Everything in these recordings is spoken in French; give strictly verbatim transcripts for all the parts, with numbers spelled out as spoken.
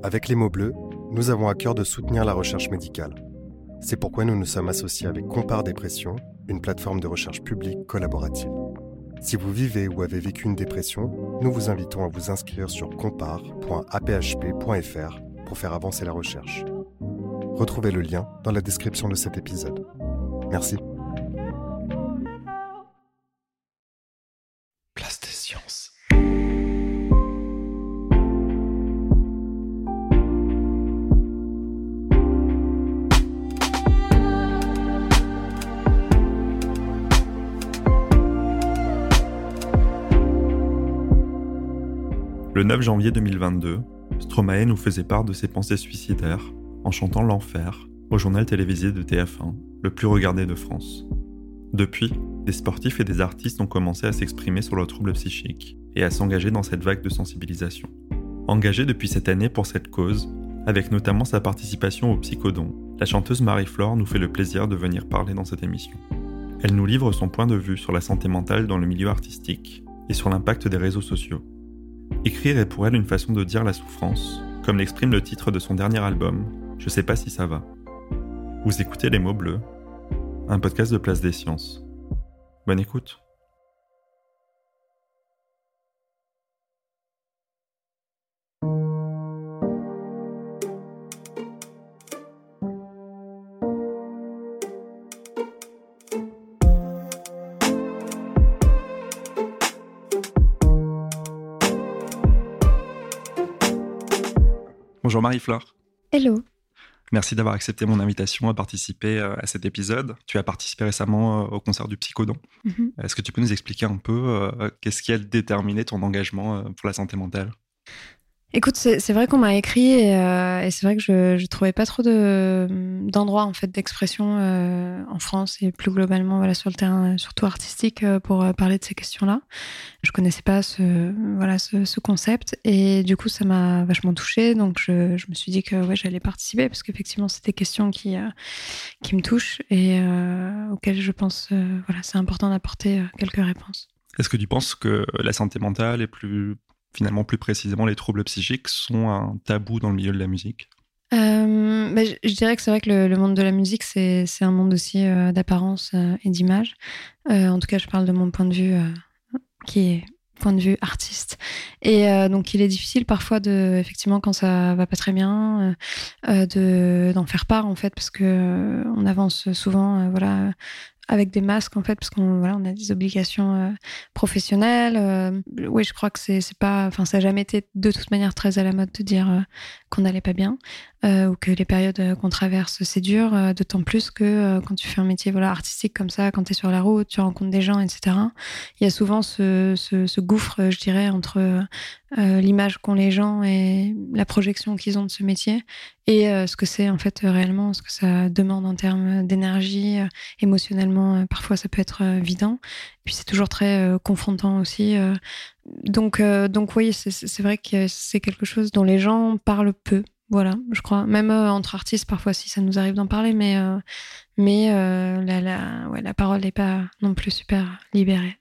Avec les mots bleus, nous avons à cœur de soutenir la recherche médicale. C'est pourquoi nous nous sommes associés avec Compare Dépression, une plateforme de recherche publique collaborative. Si vous vivez ou avez vécu une dépression, nous vous invitons à vous inscrire sur compare point a p h p point f r pour faire avancer la recherche. Retrouvez le lien dans la description de cet épisode. Merci. Place des sciences. Le neuf janvier deux mille vingt-deux, Stromae nous faisait part de ses pensées suicidaires en chantant L'Enfer au journal télévisé de T F un, le plus regardé de France. Depuis, des sportifs et des artistes ont commencé à s'exprimer sur leurs troubles psychiques et à s'engager dans cette vague de sensibilisation. Engagée depuis cette année pour cette cause, avec notamment sa participation au Psychodon, la chanteuse Marie-Flore nous fait le plaisir de venir parler dans cette émission. Elle nous livre son point de vue sur la santé mentale dans le milieu artistique et sur l'impact des réseaux sociaux. Écrire est pour elle une façon de dire la souffrance, comme l'exprime le titre de son dernier album, Je sais pas si ça va. Vous écoutez Les mots bleus, un podcast de Place des Sciences. Bonne écoute. Bonjour Marie-Flore. Hello. Merci d'avoir accepté mon invitation à participer à cet épisode. Tu as participé récemment au concert du Psychodon. Mm-hmm. Est-ce que tu peux nous expliquer un peu euh, qu'est-ce qui a déterminé ton engagement pour la santé mentale ? Écoute, c'est, c'est vrai qu'on m'a écrit et, euh, et c'est vrai que je ne trouvais pas trop de, d'endroits en fait, d'expression euh, en France et plus globalement voilà, sur le terrain, surtout artistique, euh, pour euh, parler de ces questions-là. Je ne connaissais pas ce, voilà, ce, ce concept et du coup, ça m'a vachement touchée. Donc, je, je me suis dit que ouais, j'allais participer parce qu'effectivement, c'est des questions qui, euh, qui me touchent et euh, auxquelles je pense euh, voilà, c'est important d'apporter euh, quelques réponses. Est-ce que tu penses que la santé mentale est plus... Finalement, plus précisément, les troubles psychiques sont un tabou dans le milieu de la musique ? euh, bah, je, je dirais que c'est vrai que le, le monde de la musique, c'est, c'est un monde aussi euh, d'apparence euh, et d'image. Euh, en tout cas, je parle de mon point de vue, euh, qui est point de vue artiste. Et euh, donc, il est difficile parfois, de, effectivement, quand ça va pas très bien, euh, de, d'en faire part, en fait, parce qu'on euh, avance souvent, euh, voilà... avec des masques en fait parce qu'on voilà on a des obligations euh, professionnelles euh, oui je crois que c'est c'est pas enfin ça a jamais été de toute manière très à la mode de dire euh, qu'on n'allait pas bien euh, ou que les périodes euh, qu'on traverse c'est dur euh, d'autant plus que euh, quand tu fais un métier voilà artistique comme ça quand tu es sur la route tu rencontres des gens etc il y a souvent ce ce, ce gouffre je dirais entre euh, l'image qu'ont les gens et la projection qu'ils ont de ce métier et euh, ce que c'est en fait réellement ce que ça demande en termes d'énergie euh, émotionnellement euh, parfois ça peut être euh, vidant et puis c'est toujours très euh, confrontant aussi euh, donc euh, donc oui c'est c'est vrai que c'est quelque chose dont les gens parlent peu voilà je crois même euh, entre artistes parfois si ça nous arrive d'en parler mais euh, mais euh, la la ouais la parole n'est pas non plus super libérée.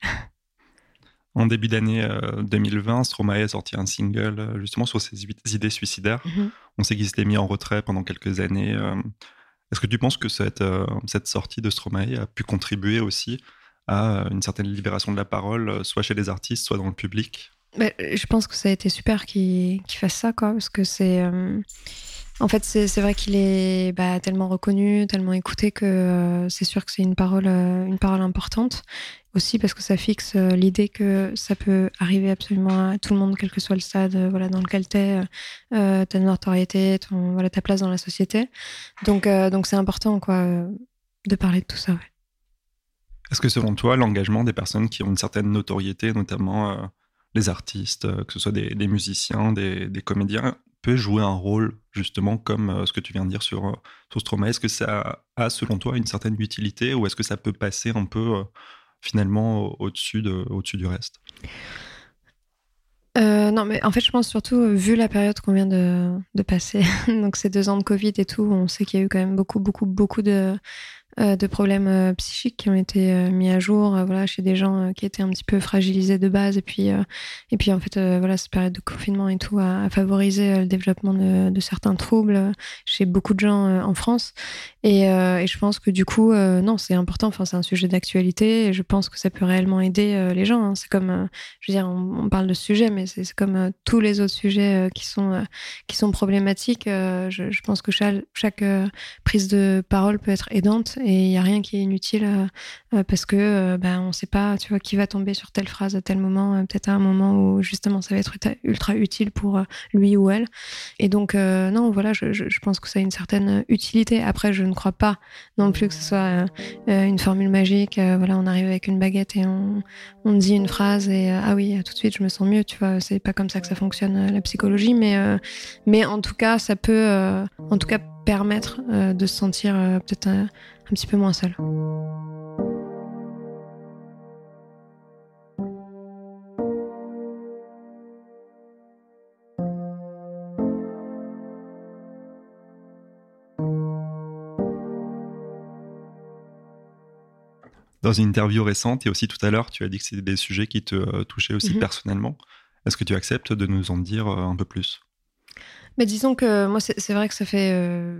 En début d'année euh, deux mille vingt, Stromae a sorti un single euh, justement sur ses idées suicidaires. Mm-hmm. On sait qu'il s'était mis en retrait pendant quelques années. Euh, est-ce que tu penses que cette, euh, cette sortie de Stromae a pu contribuer aussi à une certaine libération de la parole, soit chez les artistes, soit dans le public ? Bah, je pense que ça a été super qu'il, qu'il fasse ça, quoi, parce que c'est... Euh... En fait, c'est, c'est vrai qu'il est bah, tellement reconnu, tellement écouté que euh, c'est sûr que c'est une parole, euh, une parole importante. Aussi parce que ça fixe euh, l'idée que ça peut arriver absolument à tout le monde, quel que soit le stade euh, voilà, dans lequel t'es, euh, ta notoriété, ton, voilà, ta place dans la société. Donc, euh, donc c'est important quoi, euh, de parler de tout ça. Ouais. Est-ce que selon toi, l'engagement des personnes qui ont une certaine notoriété, notamment euh, les artistes, euh, que ce soit des, des musiciens, des, des comédiens, peut jouer un rôle justement comme euh, ce que tu viens de dire sur, euh, sur Stromae ? Est-ce que ça a selon toi une certaine utilité ou est-ce que ça peut passer un peu euh, finalement au-dessus, de, au-dessus du reste ? euh, Non, mais en fait, je pense surtout, euh, vu la période qu'on vient de, de passer, donc ces deux ans de Covid et tout, on sait qu'il y a eu quand même beaucoup, beaucoup, beaucoup de, euh, de problèmes euh, psychiques qui ont été euh, mis à jour, euh, voilà, chez des gens euh, qui étaient un petit peu fragilisés de base. Et puis, euh, et puis en fait, euh, voilà, cette période de confinement et tout a, a favorisé euh, le développement de, de certains troubles euh, chez beaucoup de gens euh, en France. Et, euh, et je pense que du coup, euh, non, c'est important. Enfin, c'est un sujet d'actualité. Et je pense que ça peut réellement aider euh, les gens. Hein. C'est comme, euh, je veux dire, on, on parle de ce sujet, mais c'est, c'est comme euh, tous les autres sujets euh, qui sont euh, qui sont problématiques. Euh, je, je pense que chaque, chaque euh, prise de parole peut être aidante et il n'y a rien qui est inutile euh, euh, parce que euh, ben, on ne sait pas, tu vois, qui va tomber sur telle phrase à tel moment, euh, peut-être à un moment où justement ça va être ultra utile pour euh, lui ou elle. Et donc, euh, non, voilà, je, je, je pense que ça a une certaine utilité. Après, je ne crois pas non plus que ce soit euh, euh, une formule magique. Euh, voilà, on arrive avec une baguette et on, on dit une phrase et euh, ah oui, tout de suite, je me sens mieux, tu vois. C'est pas comme ça que ça fonctionne, euh, la psychologie, mais, euh, mais en tout cas, ça peut, euh, en tout cas, permettre euh, de se sentir euh, peut-être un, un petit peu moins seul. Dans une interview récente et aussi tout à l'heure, tu as dit que c'était des sujets qui te euh, touchaient aussi mm-hmm. personnellement. Est-ce que tu acceptes de nous en dire euh, un peu plus ? Mais disons que moi, c'est, c'est vrai que ça fait, euh,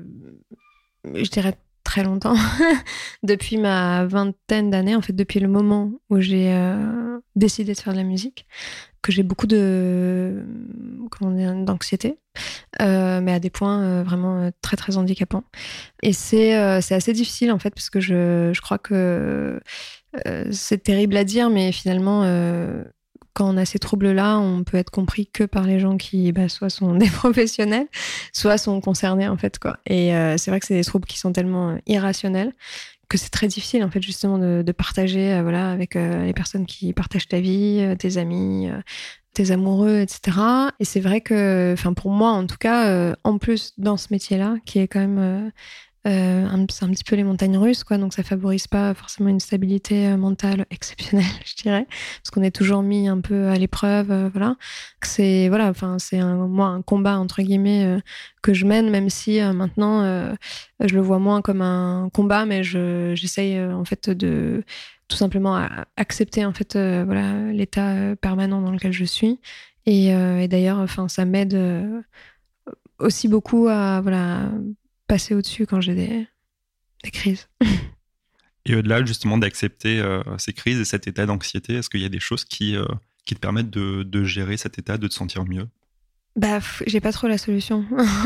je dirais, très longtemps, depuis ma vingtaine d'années, en fait, depuis le moment où j'ai euh, décidé de faire de la musique, que j'ai beaucoup de, comment dire, d'anxiété, euh, mais à des points euh, vraiment euh, très, très handicapants. Et c'est, euh, c'est assez difficile, en fait, parce que je, je crois que euh, c'est terrible à dire, mais finalement... Euh, quand on a ces troubles-là, on peut être compris que par les gens qui, bah, soit sont des professionnels, soit sont concernés, en fait, quoi. Et euh, c'est vrai que c'est des troubles qui sont tellement euh, irrationnels que c'est très difficile, en fait, justement, de, de partager, euh, voilà, avec euh, les personnes qui partagent ta vie, euh, tes amis, euh, tes amoureux, et cetera. Et c'est vrai que, enfin, pour moi, en tout cas, euh, en plus, dans ce métier-là, qui est quand même... Euh, Euh, un, c'est un petit peu les montagnes russes, quoi, donc ça favorise pas forcément une stabilité euh, mentale exceptionnelle, je dirais, parce qu'on est toujours mis un peu à l'épreuve, euh, voilà. C'est voilà, enfin c'est un, moi un combat entre guillemets euh, que je mène, même si euh, maintenant euh, je le vois moins comme un combat, mais je j'essaye euh, en fait de tout simplement à accepter en fait euh, voilà l'état euh, permanent dans lequel je suis, et, euh, et d'ailleurs, enfin ça m'aide euh, aussi beaucoup à voilà passer au-dessus quand j'ai des, des crises. Et au-delà justement d'accepter euh, ces crises et cet état d'anxiété, est-ce qu'il y a des choses qui, euh, qui te permettent de, de gérer cet état, de te sentir mieux ? Bah, pff, j'ai pas trop la solution.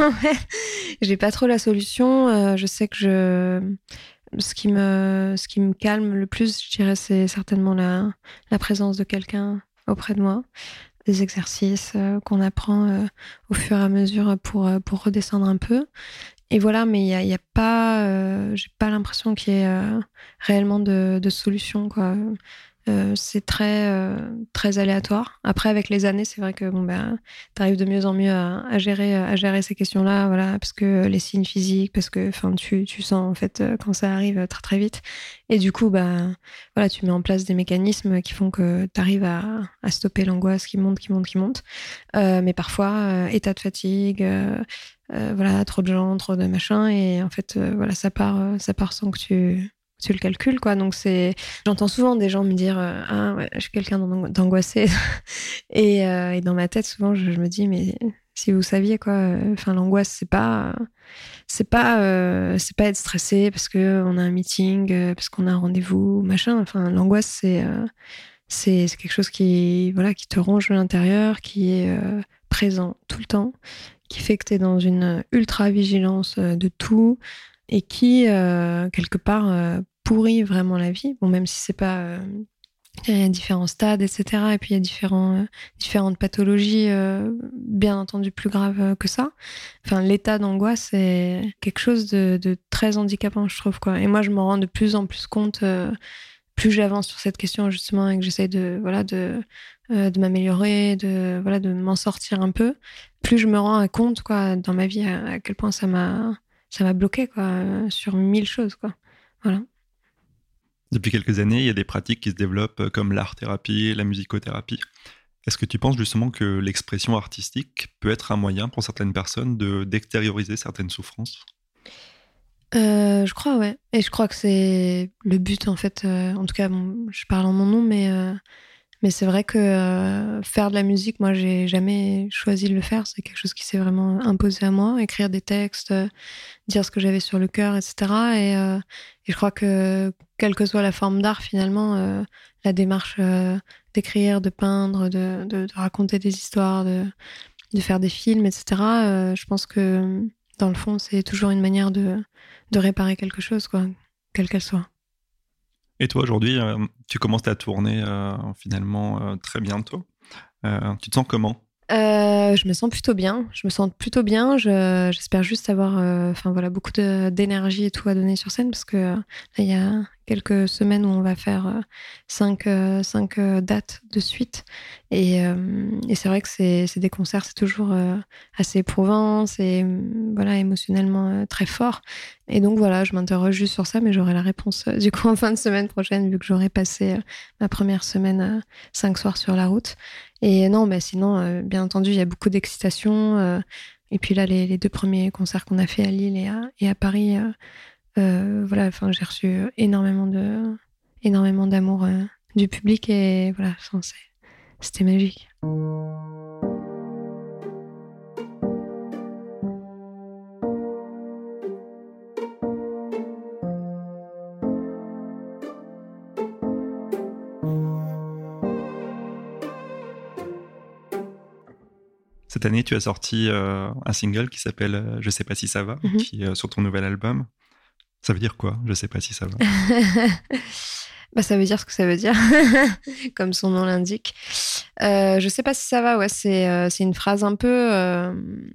j'ai pas trop la solution. Euh, je sais que je... ce qui me, ce qui me calme le plus, je dirais, c'est certainement la, la présence de quelqu'un auprès de moi. Des exercices euh, qu'on apprend euh, au fur et à mesure pour, euh, pour redescendre un peu. Et voilà, mais il y a, y a pas, euh, j'ai pas l'impression qu'il y ait euh, réellement de, de solution, quoi. Euh, c'est très, euh, très aléatoire. Après, avec les années, c'est vrai que bon, ben, t'arrives de mieux en mieux à, à gérer, à gérer ces questions-là, voilà, parce que les signes physiques, parce que, enfin, tu, tu sens en fait quand ça arrive très très vite. Et du coup, bah, voilà, tu mets en place des mécanismes qui font que t'arrives à, à stopper l'angoisse qui monte, qui monte, qui monte. Euh, mais parfois, euh, état de fatigue. Euh, Euh, voilà, trop de gens, trop de machins, et en fait, euh, voilà, ça part, euh, ça part sans que tu, tu le calcules, quoi. Donc c'est, j'entends souvent des gens me dire, euh, ah ouais, je suis quelqu'un d'angoissé, et, euh, et dans ma tête, souvent, je, je me dis, mais si vous saviez, quoi, enfin, euh, l'angoisse, c'est pas, c'est pas, euh, c'est pas être stressé parce que on a un meeting, euh, parce qu'on a un rendez-vous, machin. Enfin, l'angoisse, c'est, euh, c'est, c'est quelque chose qui, voilà, qui te ronge de l'intérieur, qui est euh, présent tout le temps, qui fait que tu es dans une ultra-vigilance de tout et qui, euh, quelque part, euh, pourrit vraiment la vie. Bon, même si c'est pas... Euh, il y a différents stades, et cetera. Et puis, il y a différents, euh, différentes pathologies, euh, bien entendu, plus graves que ça. Enfin, l'état d'angoisse, c'est quelque chose de, de très handicapant, je trouve, quoi. Et moi, je m'en rends de plus en plus compte... Euh, plus j'avance sur cette question, justement, et que j'essaye de, voilà, de, euh, de m'améliorer, de, voilà, de m'en sortir un peu, plus je me rends compte, quoi, dans ma vie, à, à quel point ça m'a, ça m'a bloqué, quoi, sur mille choses, quoi. Voilà. Depuis quelques années, il y a des pratiques qui se développent comme l'art-thérapie, la musicothérapie. Est-ce que tu penses justement que l'expression artistique peut être un moyen pour certaines personnes de, d'extérioriser certaines souffrances ? Euh, je crois, ouais. Et je crois que c'est le but, en fait. Euh, en tout cas, bon, je parle en mon nom, mais, euh, mais c'est vrai que euh, faire de la musique, moi, j'ai jamais choisi de le faire. C'est quelque chose qui s'est vraiment imposé à moi. Écrire des textes, euh, dire ce que j'avais sur le cœur, et cetera. Et, euh, et je crois que, quelle que soit la forme d'art, finalement, euh, la démarche euh, d'écrire, de peindre, de, de, de raconter des histoires, de, de faire des films, et cetera, euh, je pense que, dans le fond, c'est toujours une manière de, de réparer quelque chose, quoi, quelle qu'elle soit. Et toi, aujourd'hui, euh, tu commences ta tournée euh, finalement euh, très bientôt. Euh, tu te sens comment? Euh, je me sens plutôt bien. Je me sens plutôt bien. Je, j'espère juste avoir, euh, enfin voilà, beaucoup de, d'énergie et tout à donner sur scène parce que euh, là, il y a quelques semaines où on va faire euh, cinq, euh, cinq euh, dates de suite. Et, euh, et c'est vrai que c'est, c'est des concerts, c'est toujours euh, assez éprouvant, c'est euh, voilà, émotionnellement euh, très fort. Et donc voilà, je m'interroge juste sur ça, mais j'aurai la réponse euh, du coup en fin de semaine prochaine vu que j'aurai passé euh, ma première semaine euh, cinq soirs sur la route. Et non, bah sinon, euh, bien entendu, il y a beaucoup d'excitation. Euh, et puis là, les, les deux premiers concerts qu'on a fait à Lille et à, et à Paris, euh, euh, voilà, enfin, j'ai reçu énormément de, énormément d'amour euh, du public et voilà, enfin, c'est, c'était magique. Cette année, tu as sorti euh, un single qui s'appelle euh, Je sais pas si ça va, Mhm. qui est euh, sur ton nouvel album. Ça veut dire quoi? Je sais pas si ça va. Bah, ça veut dire ce que ça veut dire, comme son nom l'indique. Euh, je sais pas si ça va, ouais, c'est, euh, c'est une phrase un peu, euh,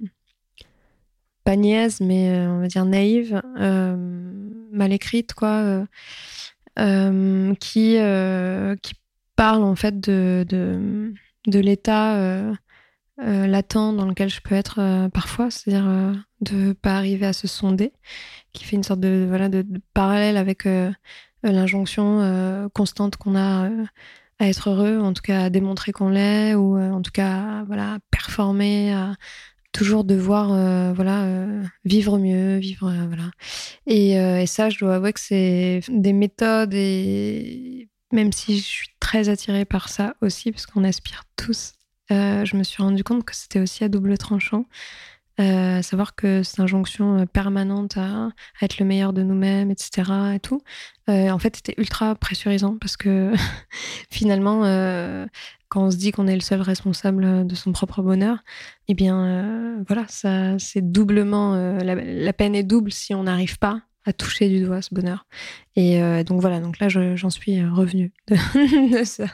pas niaise, mais euh, on va dire naïve, euh, mal écrite, quoi, euh, euh, qui, euh, qui parle en fait de, de, de l'état euh, euh, latent dans lequel je peux être euh, parfois, c'est-à-dire euh, de pas arriver à se sonder, qui fait une sorte de, voilà, de, de parallèle avec euh, l'injonction euh, constante qu'on a euh, à être heureux, en tout cas à démontrer qu'on l'est, ou euh, en tout cas voilà, à performer, à toujours devoir euh, voilà, euh, vivre mieux, vivre euh, voilà. Et, euh, et ça, je dois avouer que c'est des méthodes, et même si je suis très attirée par ça aussi, parce qu'on aspire tous, euh, je me suis rendu compte que c'était aussi à double tranchant. Euh, savoir que cette injonction permanente à, à être le meilleur de nous-mêmes, et cetera et tout, euh, en fait, c'était ultra pressurisant parce que finalement, euh, quand on se dit qu'on est le seul responsable de son propre bonheur, eh bien, euh, voilà, ça, c'est doublement, euh, la, la peine est double si on n'arrive pas à toucher du doigt ce bonheur. Et euh, donc voilà, donc là, je, j'en suis revenue de, de ça.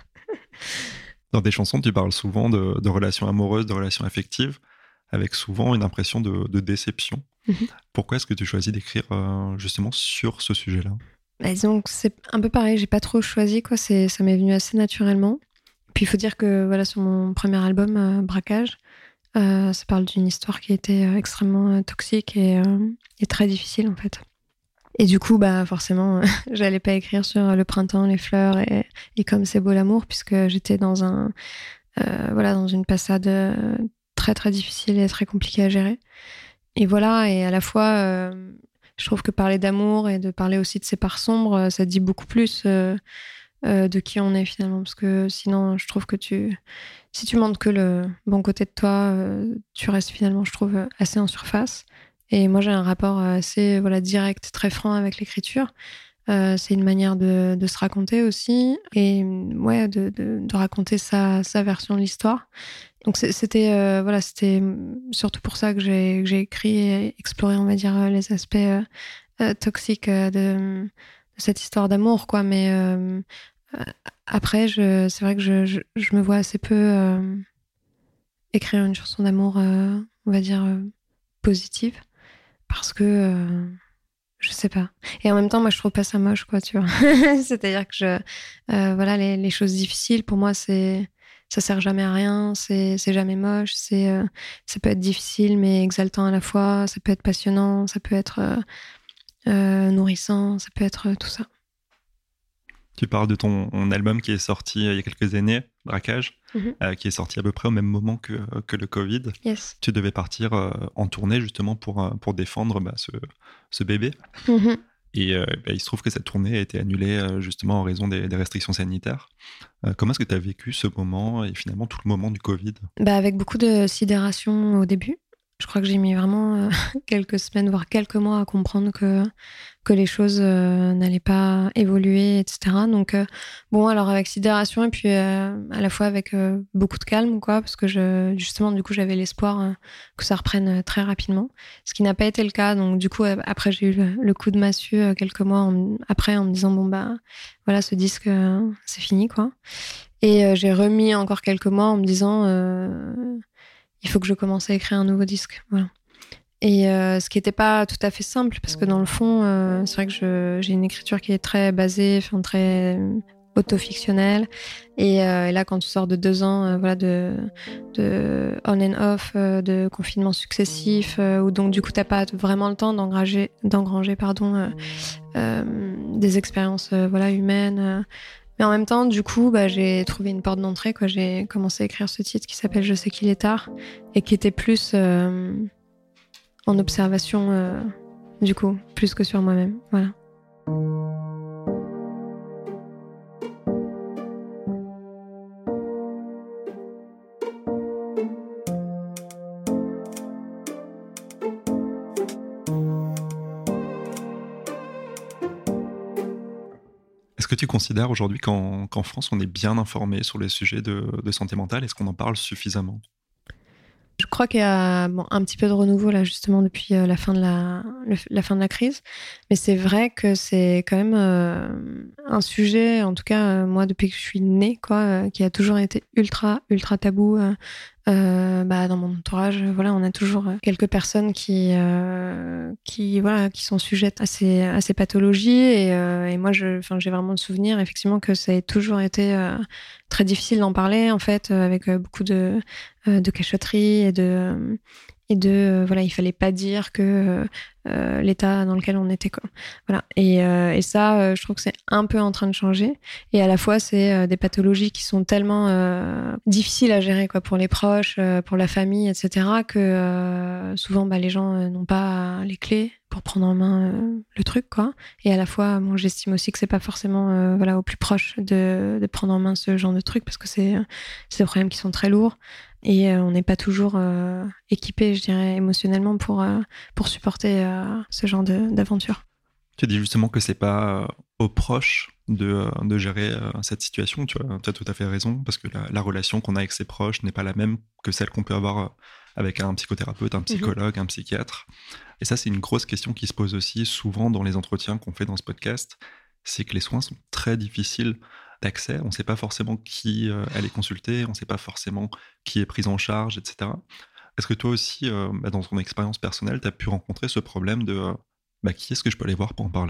Dans des chansons, tu parles souvent de, de relations amoureuses, de relations affectives, avec souvent une impression de, de déception. Mhm. Pourquoi est-ce que tu choisis d'écrire euh, justement sur ce sujet-là? Bah, disons que c'est un peu pareil, j'ai pas trop choisi, quoi, c'est, ça m'est venu assez naturellement. Puis il faut dire que voilà, sur mon premier album, euh, Braquage, euh, ça parle d'une histoire qui était euh, extrêmement euh, toxique et, euh, et très difficile en fait. Et du coup, bah forcément, euh, j'allais pas écrire sur euh, le printemps, les fleurs et, et comme c'est beau l'amour, puisque j'étais dans un euh, voilà dans une passade euh, très très difficile et très compliquée à gérer. Et voilà, et à la fois, euh, je trouve que parler d'amour et de parler aussi de ses parts sombres, euh, ça dit beaucoup plus euh, euh, de qui on est finalement, parce que sinon, je trouve que tu, si tu montres que le bon côté de toi, euh, tu restes finalement, je trouve, assez en surface. Et moi, j'ai un rapport assez voilà, direct, très franc avec l'écriture. Euh, c'est une manière de, de se raconter aussi, et ouais, de, de, de raconter sa, sa version de l'histoire. Donc c'était euh, voilà, c'était surtout pour ça que j'ai, que j'ai écrit et exploré, on va dire, les aspects euh, euh, toxiques euh, de, de cette histoire d'amour, quoi. Mais euh, après, je, c'est vrai que je, je, je me vois assez peu euh, écrire une chanson d'amour, euh, on va dire, euh, positive, parce que euh, je sais pas. Et en même temps, moi, je trouve pas ça moche, quoi, tu vois. C'est-à-dire que je, euh, voilà, les, les choses difficiles, pour moi, c'est, ça sert jamais à rien, c'est, c'est jamais moche, c'est, euh, ça peut être difficile, mais exaltant à la fois, ça peut être passionnant, ça peut être euh, euh, nourrissant, ça peut être euh, tout ça. Tu parles de ton, ton album qui est sorti il y a quelques années, Braquage, mm-hmm. euh, qui est sorti à peu près au même moment que, que le Covid. Yes. Tu devais partir euh, en tournée justement pour, pour défendre bah, ce, ce bébé. Mm-hmm. Et euh, bah, il se trouve que cette tournée a été annulée euh, justement en raison des, des restrictions sanitaires. Euh, comment est-ce que tu as vécu ce moment et finalement tout le moment du Covid ? Bah, avec beaucoup de sidération au début. Je crois que j'ai mis vraiment euh, quelques semaines, voire quelques mois à comprendre que, que les choses euh, n'allaient pas évoluer, et cetera. Donc, euh, bon, alors avec sidération et puis euh, à la fois avec euh, beaucoup de calme, quoi, parce que je, justement, du coup, j'avais l'espoir euh, que ça reprenne très rapidement, ce qui n'a pas été le cas. Donc, du coup, après, j'ai eu le, le coup de massue euh, quelques mois en, après en me disant, bon, bah, voilà, ce disque, euh, c'est fini, quoi. Et euh, j'ai remis encore quelques mois en me disant... Euh, il faut que je commence à écrire un nouveau disque. Voilà. Et euh, ce qui n'était pas tout à fait simple, parce que dans le fond, euh, c'est vrai que je, j'ai une écriture qui est très basée, enfin très auto-fictionnelle. Et, euh, et là, quand tu sors de deux ans euh, voilà, de, de on and off, euh, de confinements successifs, euh, où donc du coup, tu n'as pas vraiment le temps d'engranger, d'engranger pardon, euh, euh, des expériences euh, voilà, humaines. Euh, Mais en même temps, du coup, bah, j'ai trouvé une porte d'entrée, quoi. J'ai commencé à écrire ce titre qui s'appelle Je sais qu'il est tard et qui était plus euh, en observation, euh, du coup, plus que sur moi-même. Voilà. Est-ce que tu considères aujourd'hui qu'en, qu'en France, on est bien informé sur les sujets de, de santé mentale ? Est-ce qu'on en parle suffisamment ? Je crois qu'il y a bon, un petit peu de renouveau là justement depuis euh, la fin de la, le, la fin de la crise, mais c'est vrai que c'est quand même euh, un sujet, en tout cas euh, moi depuis que je suis née, quoi, euh, qui a toujours été ultra ultra tabou. Euh, euh, bah, dans mon entourage, voilà, on a toujours quelques personnes qui euh, qui voilà qui sont sujettes à ces à ces pathologies et, euh, et moi je, enfin j'ai vraiment le souvenir effectivement que ça a toujours été euh, très difficile d'en parler en fait avec euh, beaucoup de euh, de cachotterie et de et de euh, voilà il fallait pas dire que euh, l'état dans lequel on était quoi. Voilà et euh, et ça euh, je trouve que c'est un peu en train de changer et à la fois c'est euh, des pathologies qui sont tellement euh, difficiles à gérer quoi pour les proches, euh, pour la famille, et cetera que euh, souvent bah les gens euh, n'ont pas les clés pour prendre en main euh, le truc quoi et à la fois bon j'estime aussi que c'est pas forcément euh, voilà au plus proche de de prendre en main ce genre de truc parce que c'est c'est des problèmes qui sont très lourds. Et euh, on n'est pas toujours euh, équipé, je dirais, émotionnellement pour, euh, pour supporter euh, ce genre de, d'aventure. Tu dis justement que c'est pas euh, aux proches de, euh, de gérer euh, cette situation. Tu as, tu as tout à fait raison, parce que la, la relation qu'on a avec ses proches n'est pas la même que celle qu'on peut avoir euh, avec un psychothérapeute, un psychologue, mmh. un psychiatre. Et ça, c'est une grosse question qui se pose aussi souvent dans les entretiens qu'on fait dans ce podcast. C'est que les soins sont très difficiles d'accès, on ne sait pas forcément qui euh, aller consulter, on ne sait pas forcément qui est pris en charge, et cetera. Est-ce que toi aussi, euh, bah, dans ton expérience personnelle, tu as pu rencontrer ce problème de euh, bah, qui est-ce que je peux aller voir pour en parler ?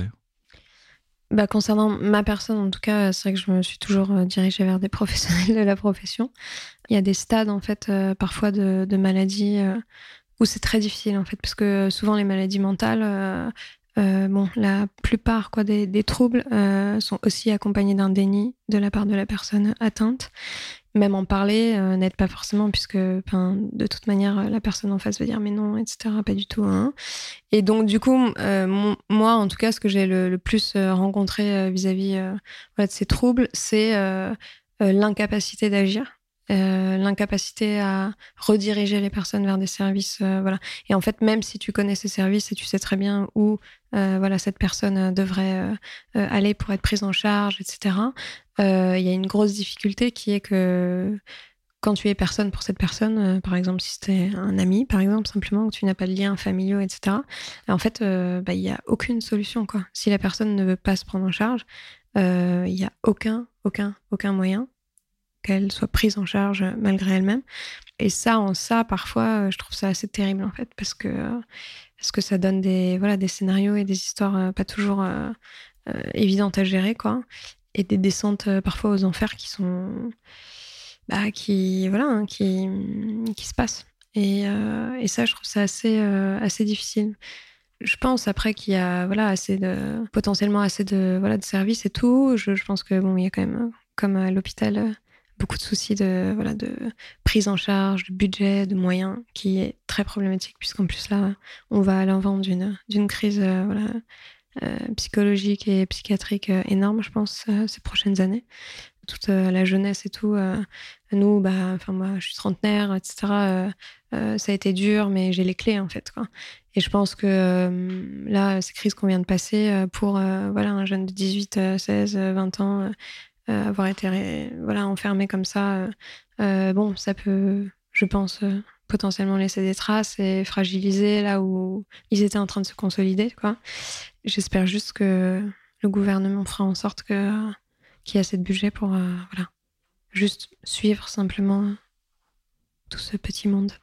Bah, concernant ma personne, en tout cas, c'est vrai que je me suis toujours euh, dirigée vers des professionnels de la profession. Il y a des stades, en fait, euh, parfois de, de maladies euh, où c'est très difficile, en fait, parce que souvent les maladies mentales... Euh, Euh, bon, la plupart quoi, des, des troubles euh, sont aussi accompagnés d'un déni de la part de la personne atteinte. Même en parler euh, n'aide pas forcément, puisque de toute manière, la personne en face va dire mais non, et cetera. Pas du tout. Hein. Et donc, du coup, euh, mon, moi, en tout cas, ce que j'ai le, le plus rencontré euh, vis-à-vis euh, voilà, de ces troubles, c'est euh, euh, l'incapacité d'agir. Euh, l'incapacité à rediriger les personnes vers des services euh, voilà et en fait même si tu connais ces services et tu sais très bien où euh, voilà cette personne devrait euh, euh, aller pour être prise en charge etc il euh, y a une grosse difficulté qui est que quand tu es personne pour cette personne euh, par exemple si c'était un ami par exemple simplement que tu n'as pas de liens familiaux etc en fait il euh, bah, y a aucune solution quoi si la personne ne veut pas se prendre en charge il euh, y a aucun aucun aucun moyen qu'elle soit prise en charge malgré elle-même. Et ça, en ça, parfois, je trouve ça assez terrible, en fait, parce que, parce que ça donne des, voilà, des scénarios et des histoires pas toujours euh, euh, évidentes à gérer, quoi. Et des descentes euh, parfois aux enfers qui sont... Bah, qui, voilà, hein, qui, qui se passent. Et, euh, et ça, je trouve ça assez, euh, assez difficile. je pense après qu'il y a voilà assez de potentiellement assez de voilà de services et tout. Je, je pense que bon, il y a quand même comme à l'hôpital beaucoup de soucis de voilà de prise en charge, de budget, de moyens, qui est très problématique puisqu'en plus là, on va à l'avant d'une d'une crise euh, voilà euh, psychologique et psychiatrique euh, énorme, je pense, euh, ces prochaines années. Toute euh, la jeunesse et tout. Euh, nous, bah, enfin moi, je suis trentenaire, et cetera. Euh, euh, ça a été dur, mais j'ai les clés en fait, quoi. Et je pense que euh, là, ces crises qu'on vient de passer, euh, pour euh, voilà un jeune de dix-huit, seize, vingt ans, euh, avoir été ré- voilà enfermé comme ça, euh, euh, bon, ça peut, je pense, euh, potentiellement laisser des traces et fragiliser là où ils étaient en train de se consolider, quoi. J'espère juste que le gouvernement fera en sorte que qu'il y a assez de budget pour euh, voilà, juste suivre simplement tout ce petit monde.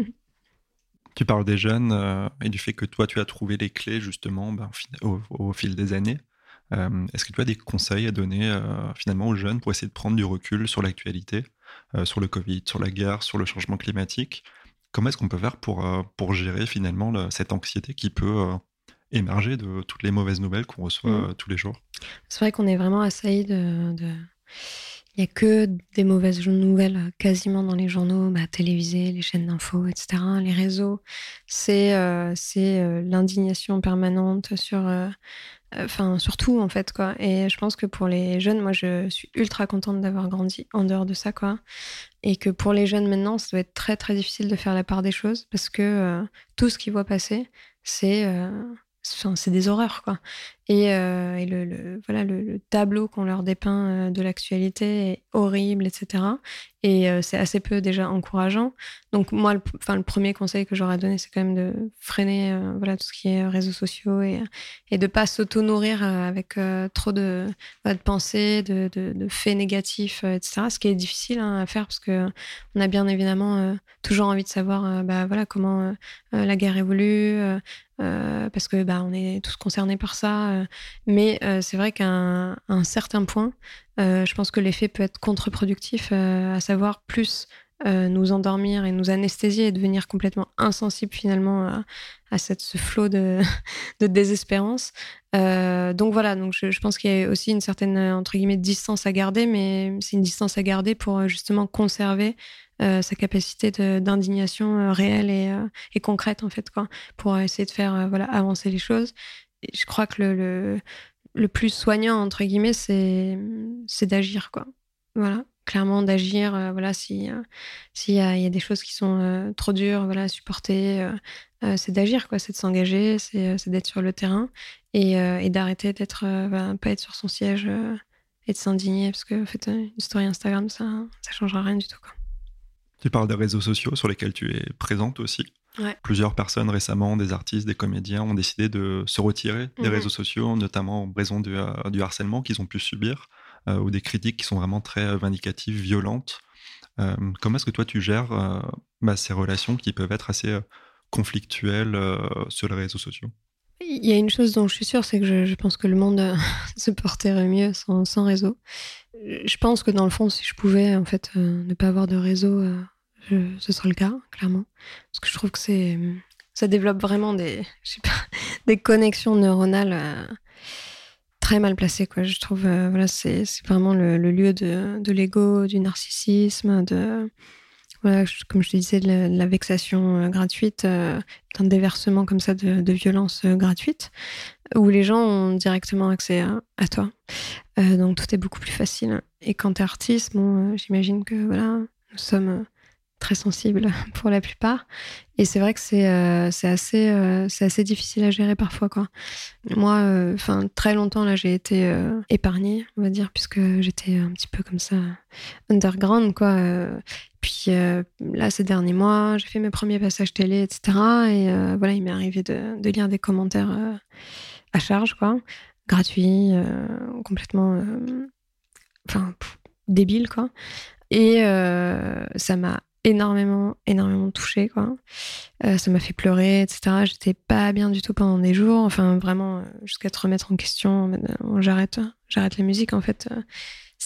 Tu parles des jeunes euh, et du fait que toi, tu as trouvé les clés justement ben, au, au fil des années. Euh, est-ce que tu as des conseils à donner euh, finalement aux jeunes pour essayer de prendre du recul sur l'actualité, euh, sur le Covid, sur la guerre, sur le changement climatique? Comment est-ce qu'on peut faire pour, euh, pour gérer finalement le, cette anxiété qui peut euh, émerger de toutes les mauvaises nouvelles qu'on reçoit Mmh. euh, tous les jours? C'est vrai qu'on est vraiment assailli de... de... Il n'y a que des mauvaises nouvelles quasiment dans les journaux, bah, télévisés, les chaînes d'infos, et cetera, les réseaux. C'est, euh, c'est euh, l'indignation permanente sur, euh, enfin, sur tout, en fait, quoi. Et je pense que pour les jeunes, moi, je suis ultra contente d'avoir grandi en dehors de ça, quoi. Et que pour les jeunes maintenant, ça doit être très, très difficile de faire la part des choses parce que euh, tout ce qu'ils voient passer, c'est... Euh, Enfin, c'est des horreurs, quoi. Et, euh, et le, le, voilà, le, le tableau qu'on leur dépeint euh, de l'actualité est horrible, et cetera. Et euh, c'est assez peu déjà encourageant. Donc moi, le, enfin, le premier conseil que j'aurais donné, c'est quand même de freiner euh, voilà, tout ce qui est réseaux sociaux et, et de ne pas s'auto-nourrir euh, avec euh, trop de, voilà, de pensées, de, de, de faits négatifs, euh, et cetera. Ce qui est difficile hein, à faire parce qu'on a bien évidemment euh, toujours envie de savoir euh, bah, voilà, comment euh, la guerre évolue, euh, Euh, parce que bah, on est tous concernés par ça. Euh, mais euh, c'est vrai qu'à un, à un certain point, euh, je pense que l'effet peut être contre-productif, euh, à savoir plus euh, nous endormir et nous anesthésier et devenir complètement insensible finalement à, à cette, ce flot de, de désespérance. Euh, donc voilà, donc je, je pense qu'il y a aussi une certaine entre guillemets distance à garder, mais c'est une distance à garder pour justement conserver Euh, sa capacité de, d'indignation euh, réelle et, euh, et concrète en fait quoi, pour essayer de faire euh, voilà avancer les choses. Et je crois que le, le le plus soignant entre guillemets c'est c'est d'agir quoi. Voilà, clairement d'agir. Euh, voilà si euh, s'il y a il y a des choses qui sont euh, trop dures voilà à supporter, euh, euh, c'est d'agir quoi, c'est de s'engager, c'est c'est d'être sur le terrain et, euh, et d'arrêter d'être euh, voilà, pas être sur son siège euh, et de s'indigner parce que en fait une story Instagram ça ça changera rien du tout quoi. Tu parles des réseaux sociaux sur lesquels tu es présente aussi. Ouais. Plusieurs personnes récemment, des artistes, des comédiens, ont décidé de se retirer des mmh. réseaux sociaux, notamment en raison du, euh, du harcèlement qu'ils ont pu subir, euh, ou des critiques qui sont vraiment très vindicatives, violentes. Euh, comment est-ce que toi tu gères euh, bah, ces relations qui peuvent être assez euh, conflictuelles euh, sur les réseaux sociaux? Il y a une chose dont je suis sûre, c'est que je, je pense que le monde euh, se porterait mieux sans, sans réseau. Je pense que dans le fond, si je pouvais en fait euh, ne pas avoir de réseau, euh, je, ce serait le cas, clairement. Parce que je trouve que c'est, ça développe vraiment des, je sais pas, des connexions neuronales euh, très mal placées, quoi. Je trouve, euh, voilà, c'est, c'est vraiment le, le lieu de, de l'ego, du narcissisme, de voilà, comme je te disais, de la, de la vexation euh, gratuite, euh, d'un déversement comme ça de, de violence euh, gratuite, où les gens ont directement accès à, à toi. Euh, donc tout est beaucoup plus facile. Et quand t'es artiste, bon, euh, j'imagine que voilà, nous sommes euh, très sensibles pour la plupart. Et c'est vrai que c'est, euh, c'est, assez, euh, c'est assez difficile à gérer parfois, quoi. Moi, enfin euh, très longtemps, là, j'ai été euh, épargnée, on va dire, puisque j'étais un petit peu comme ça, underground, quoi. Euh, puis euh, là, ces derniers mois, j'ai fait mes premiers passages télé, et cetera. Et euh, voilà, il m'est arrivé de, de lire des commentaires euh, à charge, quoi, gratuits, euh, complètement, enfin, euh, débiles, quoi. Et euh, ça m'a énormément, énormément touchée, quoi. Euh, ça m'a fait pleurer, et cetera. J'étais pas bien du tout pendant des jours, enfin, vraiment, jusqu'à te remettre en question, en mode, euh, j'arrête, j'arrête la musique, en fait.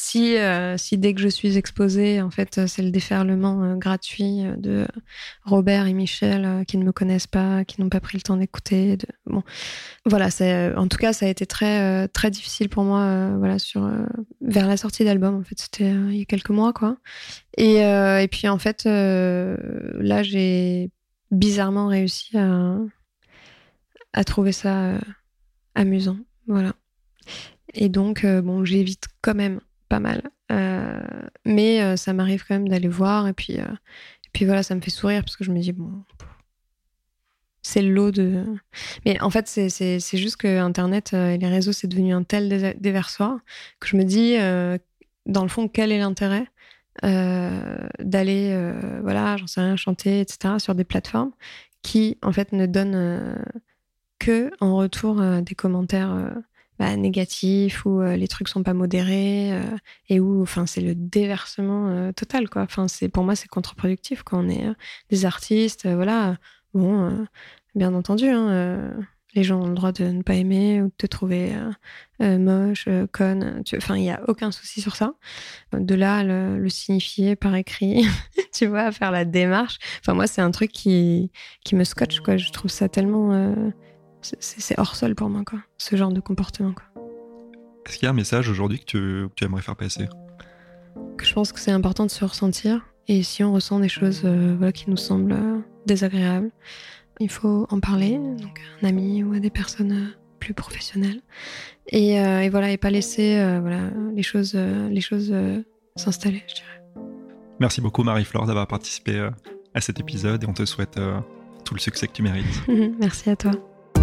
si, euh, si dès que je suis exposée, en fait, c'est le déferlement euh, gratuit de Robert et Michel euh, qui ne me connaissent pas, qui n'ont pas pris le temps d'écouter. De... Bon, voilà, c'est, en tout cas, ça a été très, euh, très difficile pour moi, euh, voilà, sur, euh, vers la sortie d'album. En fait, c'était euh, il y a quelques mois, quoi. Et, euh, et puis, en fait, euh, là, j'ai bizarrement réussi à, à trouver ça euh, amusant, voilà. Et donc, euh, bon, j'évite quand même pas mal. Euh, mais euh, ça m'arrive quand même d'aller voir. Et puis, euh, et puis voilà, ça me fait sourire parce que je me dis, bon, c'est le lot de... Mais en fait, c'est, c'est, c'est juste que Internet euh, et les réseaux, c'est devenu un tel dé- déversoir que je me dis, euh, dans le fond, quel est l'intérêt euh, d'aller, euh, voilà, j'en sais rien, chanter, et cetera, sur des plateformes qui, en fait, ne donnent euh, que en retour euh, des commentaires... Euh, Bah, négatif, où euh, les trucs sont pas modérés euh, et où enfin c'est le déversement euh, total, quoi. Enfin c'est pour moi c'est contre-productif quand on est euh, des artistes, euh, voilà. Bon, euh, bien entendu, hein, euh, les gens ont le droit de ne pas aimer ou de te trouver euh, euh, moche, euh, conne. Enfin il y a aucun souci sur ça. De là le, le signifier par écrit, tu vois, faire la démarche. Enfin moi c'est un truc qui qui me scotche, quoi. Je trouve ça tellement euh, C'est, c'est hors sol pour moi, quoi, ce genre de comportement, quoi. Est-ce qu'il y a un message aujourd'hui que tu, que tu aimerais faire passer ? Que je pense que c'est important de se ressentir. Et si on ressent des choses euh, voilà, qui nous semblent euh, désagréables, il faut en parler, donc à un ami ou à des personnes euh, plus professionnelles. Et, euh, et voilà, et pas laisser euh, voilà, les choses, euh, les choses euh, s'installer, je dirais. Merci beaucoup Marie-Flore d'avoir participé euh, à cet épisode et on te souhaite euh, tout le succès que tu mérites. Merci à toi.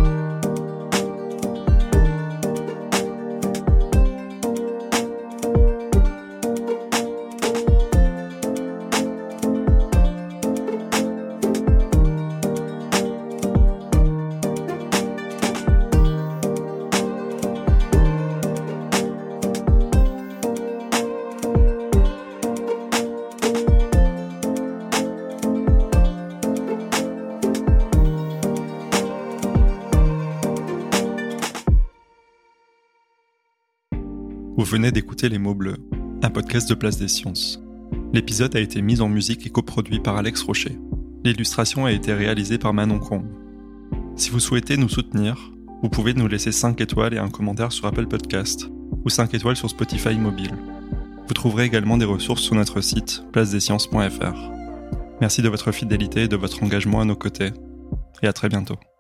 Vous venez d'écouter Les Mots Bleus, un podcast de Place des Sciences. L'épisode a été mis en musique et coproduit par Alex Rocher. L'illustration a été réalisée par Manon Combe. Si vous souhaitez nous soutenir, vous pouvez nous laisser cinq étoiles et un commentaire sur Apple Podcast ou cinq étoiles sur Spotify mobile. Vous trouverez également des ressources sur notre site place des sciences point f r. Merci de votre fidélité et de votre engagement à nos côtés, et à très bientôt.